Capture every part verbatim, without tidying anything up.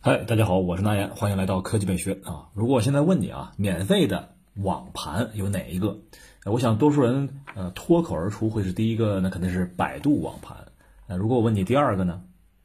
嗨，大家好，我是纳言，欢迎来到科技美学啊。如果我现在问你啊，免费的网盘有哪一个？呃我想多数人呃脱口而出会是第一个，那肯定是百度网盘。呃，如果我问你第二个呢？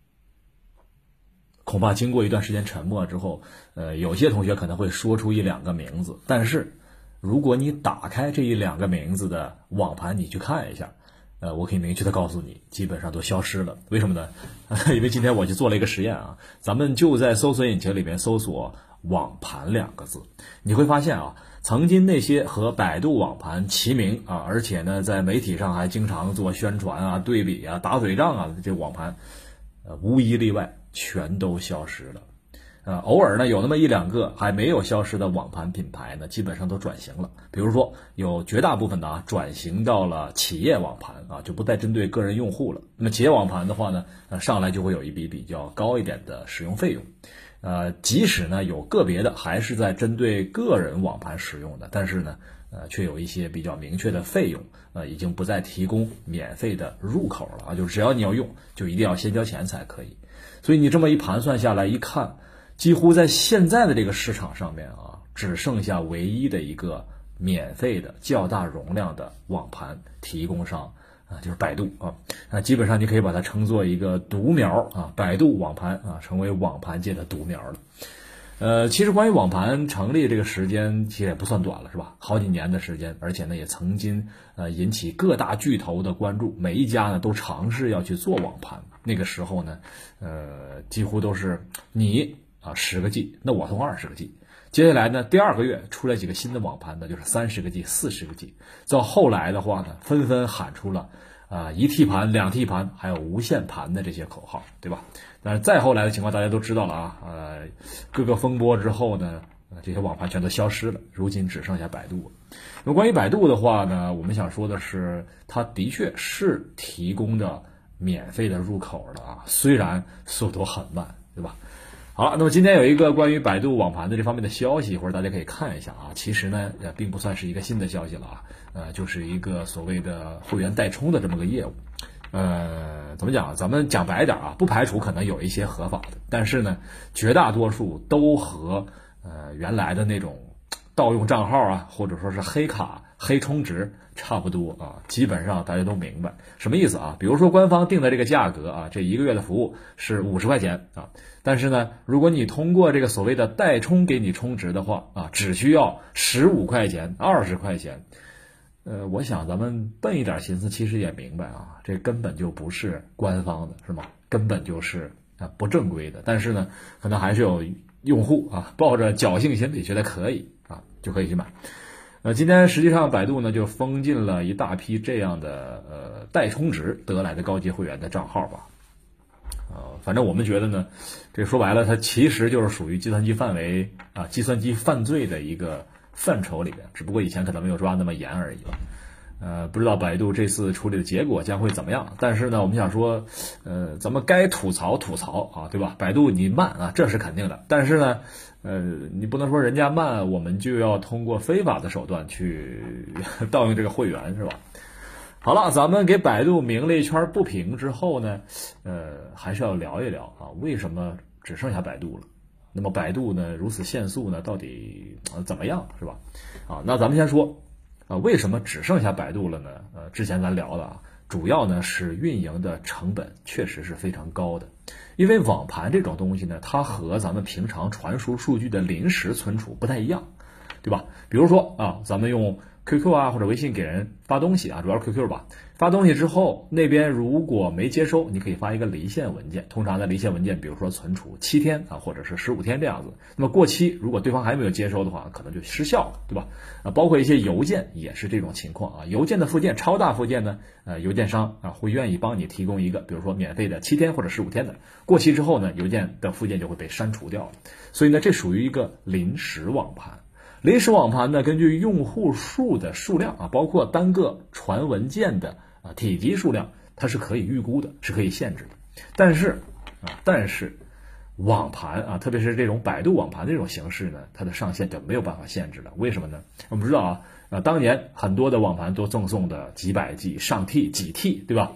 恐怕经过一段时间沉默之后，呃，有些同学可能会说出一两个名字，但是如果你打开这一两个名字的网盘，你去看一下。呃，我可以明确的告诉你，基本上都消失了。为什么呢？因为今天我去做了一个实验啊，咱们就在搜索引擎里面搜索网盘两个字，你会发现啊，曾经那些和百度网盘齐名啊，而且呢，在媒体上还经常做宣传啊、对比啊、打嘴仗啊，这网盘，呃，无一例外全都消失了。呃，偶尔呢有那么一两个还没有消失的网盘品牌呢，基本上都转型了。比如说，有绝大部分的啊转型到了企业网盘啊，就不再针对个人用户了。那么企业网盘的话呢，呃，上来就会有一笔比较高一点的使用费用。呃，即使呢有个别的还是在针对个人网盘使用的，但是呢，呃，却有一些比较明确的费用，呃，已经不再提供免费的入口了啊，就只要你要用，就一定要先交钱才可以。所以你这么一盘算下来一看。几乎在现在的这个市场上面啊，只剩下唯一的一个免费的较大容量的网盘提供商啊，就是百度啊。那基本上你可以把它称作一个独苗啊，百度网盘啊，成为网盘界的独苗了。呃，其实关于网盘成立这个时间其实也不算短了，是吧？好几年的时间，而且呢也曾经呃引起各大巨头的关注，每一家呢都尝试要去做网盘。那个时候呢，呃，几乎都是你。啊，十个 G， 那我送二十个 G。接下来呢，第二个月出来几个新的网盘呢，就是三十个 G、四十个 G。到后来的话呢，纷纷喊出了啊一 T 盘、两 T 盘，还有无线盘的这些口号，对吧？但是再后来的情况大家都知道了啊，呃，各个风波之后呢，这些网盘全都消失了，如今只剩下百度了。那么关于百度的话呢，我们想说的是，它的确是提供着免费的入口的啊，虽然速度很慢，对吧？好了，那么今天有一个关于百度网盘的这方面的消息，或者大家可以看一下啊。其实呢，呃，并不算是一个新的消息了啊，呃，就是一个所谓的会员代充的这么个业务。呃，怎么讲？咱们讲白点啊，不排除可能有一些合法的，但是呢，绝大多数都和呃原来的那种盗用账号啊，或者说是黑卡、黑充值差不多啊，基本上大家都明白什么意思啊。比如说官方定的这个价格啊，这一个月的服务是五十块钱啊，但是呢，如果你通过这个所谓的代充给你充值的话啊，只需要十五块钱、二十块钱。呃，我想咱们笨一点心思，其实也明白啊，这根本就不是官方的，是吗？根本就是啊不正规的。但是呢，可能还是有用户啊抱着侥幸心理，觉得可以啊，就可以去买。呃，今天实际上百度呢就封禁了一大批这样的呃代充值得来的高级会员的账号吧。呃，反正我们觉得呢，这说白了，它其实就是属于计算机范围啊，计算机犯罪的一个范畴里边，只不过以前可能没有抓那么严而已吧。呃，不知道百度这次处理的结果将会怎么样，但是呢，我们想说，呃，咱们该吐槽吐槽啊，对吧？百度你慢啊，这是肯定的，但是呢，呃，你不能说人家慢，我们就要通过非法的手段去盗用这个会员，是吧？好了，咱们给百度鸣了一圈不平之后呢，呃，还是要聊一聊啊，为什么只剩下百度了？那么百度呢如此限速呢，到底、呃、怎么样，是吧？啊，那咱们先说啊，为什么只剩下百度了呢？呃，之前咱聊了啊，主要呢是运营的成本确实是非常高的，因为网盘这种东西呢，它和咱们平常传输数据的临时存储不太一样，对吧？比如说啊，咱们用Q Q 啊或者微信给人发东西啊，主要是 Q Q 吧。发东西之后，那边如果没接收，你可以发一个离线文件。通常的离线文件，比如说存储七天啊，或者是十五天这样子。那么过期，如果对方还没有接收的话，可能就失效了，对吧？啊，包括一些邮件也是这种情况啊。邮件的附件，超大附件呢，呃，邮件商啊会愿意帮你提供一个，比如说免费的七天或者十五天的。过期之后呢，邮件的附件就会被删除掉了。所以呢，这属于一个临时网盘。临时网盘呢，根据用户数的数量啊，包括单个传文件的啊体积数量，它是可以预估的，是可以限制的。但是啊，但是网盘啊，特别是这种百度网盘这种形式呢，它的上限就没有办法限制了。为什么呢？我们知道啊，啊，当年很多的网盘都赠送的几百 G、上 T、几 T， 对吧？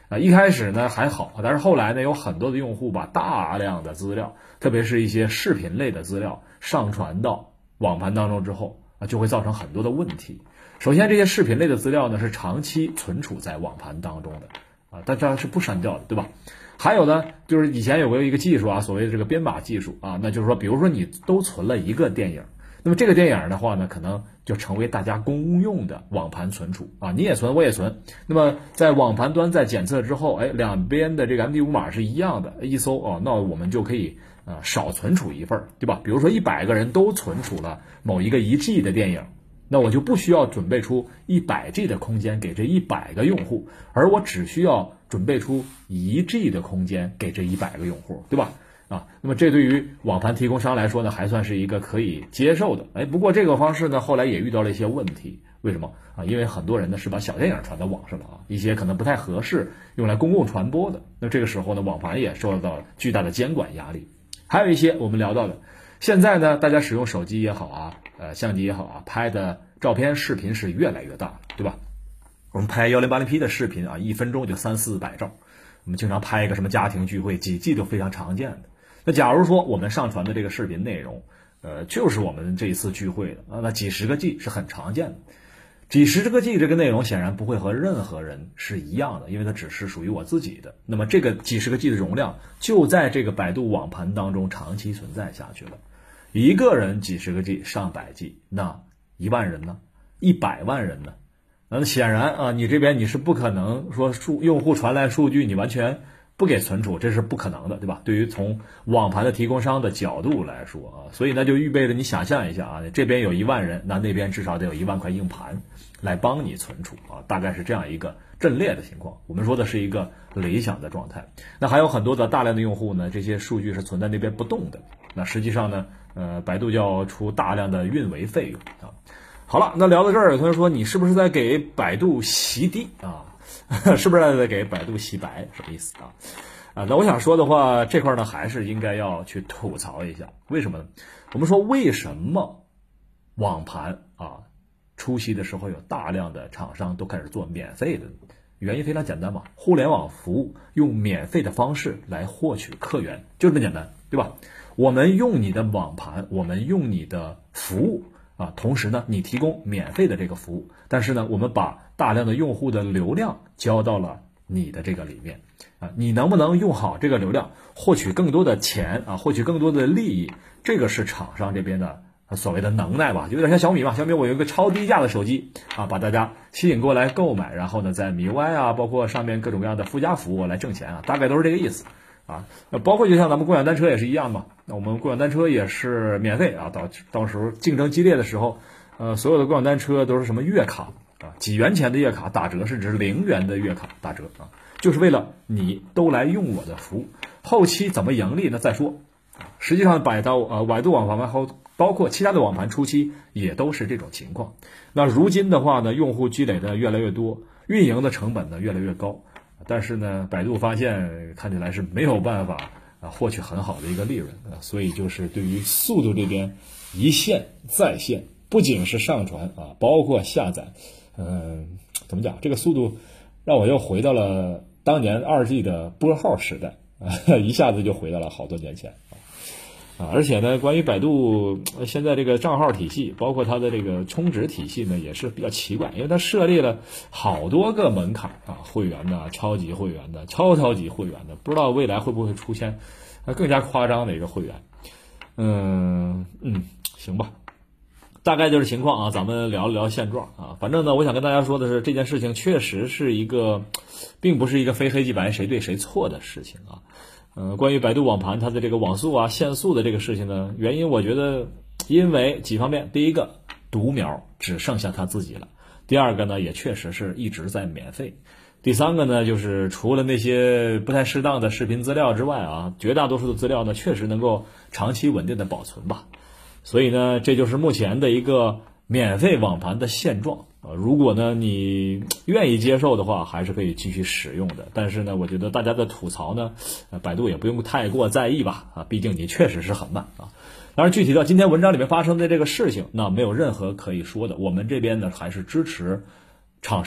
啊，一开始呢还好，但是后来呢，有很多的用户把大量的资料，特别是一些视频类的资料上传到网盘当中之后啊，就会造成很多的问题。首先，这些视频类的资料呢是长期存储在网盘当中的啊，但这是不删掉的，对吧？还有呢，就是以前有过一个技术啊，所谓的这个编码技术啊，那就是说，比如说你都存了一个电影。那么这个电影的话呢，可能就成为大家公用的网盘存储啊，你也存，我也存。那么在网盘端在检测之后，哎，两边的这个 M D 五码是一样的，一搜哦，那我们就可以呃少存储一份，对吧？比如说一百个人都存储了某一个一 G 的电影，那我就不需要准备出一百 G 的空间给这一百个用户，而我只需要准备出一 G 的空间给这一百个用户，对吧？啊，那么这对于网盘提供商来说呢，还算是一个可以接受的。哎，不过这个方式呢，后来也遇到了一些问题。为什么啊？因为很多人呢是把小电影传到网上了啊，一些可能不太合适用来公共传播的。那这个时候呢，网盘也受到巨大的监管压力。还有一些我们聊到的，现在呢，大家使用手机也好啊，呃，相机也好啊，拍的照片、视频是越来越大，对吧？我们拍一零八零 P 的视频啊，一分钟就三四百兆。我们经常拍一个什么家庭聚会，几 G 都非常常见的。那假如说我们上传的这个视频内容，呃，就是我们这一次聚会的啊，那几十个 G 是很常见的。几十个 G 这个内容显然不会和任何人是一样的，因为它只是属于我自己的。那么这个几十个 G 的容量就在这个百度网盘当中长期存在下去了。一个人几十个 G， 上百 G， 那一万人呢？一百万人呢？那显然啊，你这边你是不可能说数用户传来数据，你完全不给存储，这是不可能的，对吧？对于从网盘的提供商的角度来说啊，所以那就预备着你想象一下啊，这边有一万人，那那边至少得有一万块硬盘来帮你存储啊，大概是这样一个阵列的情况。我们说的是一个理想的状态。那还有很多的大量的用户呢，这些数据是存在那边不动的。那实际上呢，呃，百度就要出大量的运维费用啊。好了，那聊到这儿，有同学说你是不是在给百度洗地啊？是不是在给百度洗白？什么意思啊？啊，那我想说的话，这块呢还是应该要去吐槽一下。为什么呢？我们说为什么网盘啊出席的时候有大量的厂商都开始做免费的？原因非常简单嘛，互联网服务用免费的方式来获取客源，就这么简单，对吧？我们用你的网盘，我们用你的服务啊，同时呢，你提供免费的这个服务，但是呢，我们把大量的用户的流量交到了你的这个里面啊，你能不能用好这个流量，获取更多的钱啊，获取更多的利益，这个是厂商这边的所谓的能耐吧，有点像小米吧，小米我有一个超低价的手机啊，把大家吸引过来购买，然后呢，在米 U I 啊，包括上面各种各样的附加服务来挣钱啊，大概都是这个意思。啊，包括就像咱们共享单车也是一样嘛，那我们共享单车也是免费啊，到到时候竞争激烈的时候，呃，所有的共享单车都是什么月卡啊，几元钱的月卡打折，甚至是零元的月卡打折啊，就是为了你都来用我的服务，后期怎么盈利呢？再说，实际上百度呃百度网盘后包括其他的网盘初期也都是这种情况。那如今的话呢，用户积累的越来越多，运营的成本呢越来越高。但是呢，百度发现看起来是没有办法啊获取很好的一个利润啊，所以就是对于速度这边一线在线，不仅是上传啊，包括下载，嗯，怎么讲？这个速度让我又回到了当年二 G 的拨号时代啊，一下子就回到了好多年前啊。啊，而且呢，关于百度现在这个账号体系，包括它的这个充值体系呢，也是比较奇怪，因为它设立了好多个门槛啊，会员的、超级会员的、超超级会员的，不知道未来会不会出现更加夸张的一个会员。嗯嗯，行吧，大概就是情况啊，咱们聊一聊现状啊。反正呢，我想跟大家说的是，这件事情确实是一个，并不是一个非黑即白、谁对谁错的事情啊。呃，关于百度网盘它的这个网速啊、限速的这个事情呢，原因我觉得因为几方面，第一个，独苗只剩下它自己了；第二个呢，也确实是一直在免费；第三个呢，就是除了那些不太适当的视频资料之外啊，绝大多数的资料呢，确实能够长期稳定的保存吧。所以呢，这就是目前的一个免费网盘的现状。啊，如果呢你愿意接受的话，还是可以继续使用的。但是呢，我觉得大家的吐槽呢，呃，百度也不用太过在意吧，啊，毕竟你确实是很慢啊。当然，具体到今天文章里面发生的这个事情，那没有任何可以说的。我们这边呢，还是支持厂商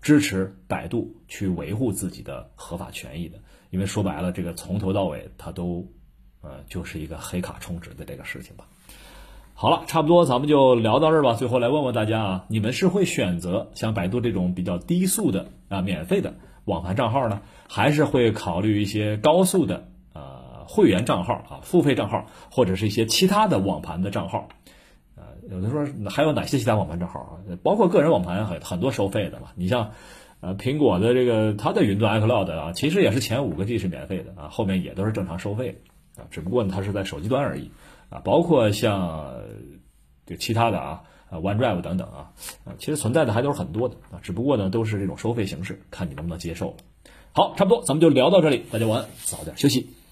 支持百度去维护自己的合法权益的。因为说白了，这个从头到尾它都呃就是一个黑卡充值的这个事情吧。好了，差不多咱们就聊到这儿吧。最后来问问大家啊，你们是会选择像百度这种比较低速的啊免费的网盘账号呢，还是会考虑一些高速的呃会员账号啊、付费账号，或者是一些其他的网盘的账号？呃，有的说还有哪些其他网盘账号啊？包括个人网盘很很多收费的嘛。你像呃苹果的这个它的云端 iCloud 啊，其实也是前五个 G 是免费的啊，后面也都是正常收费的啊，只不过呢它是在手机端而已。啊，包括像这其他的啊，啊 OneDrive 等等啊，啊，其实存在的还都是很多的啊，只不过呢都是这种收费形式，看你能不能接受了。好，差不多咱们就聊到这里，大家晚安，早点休息。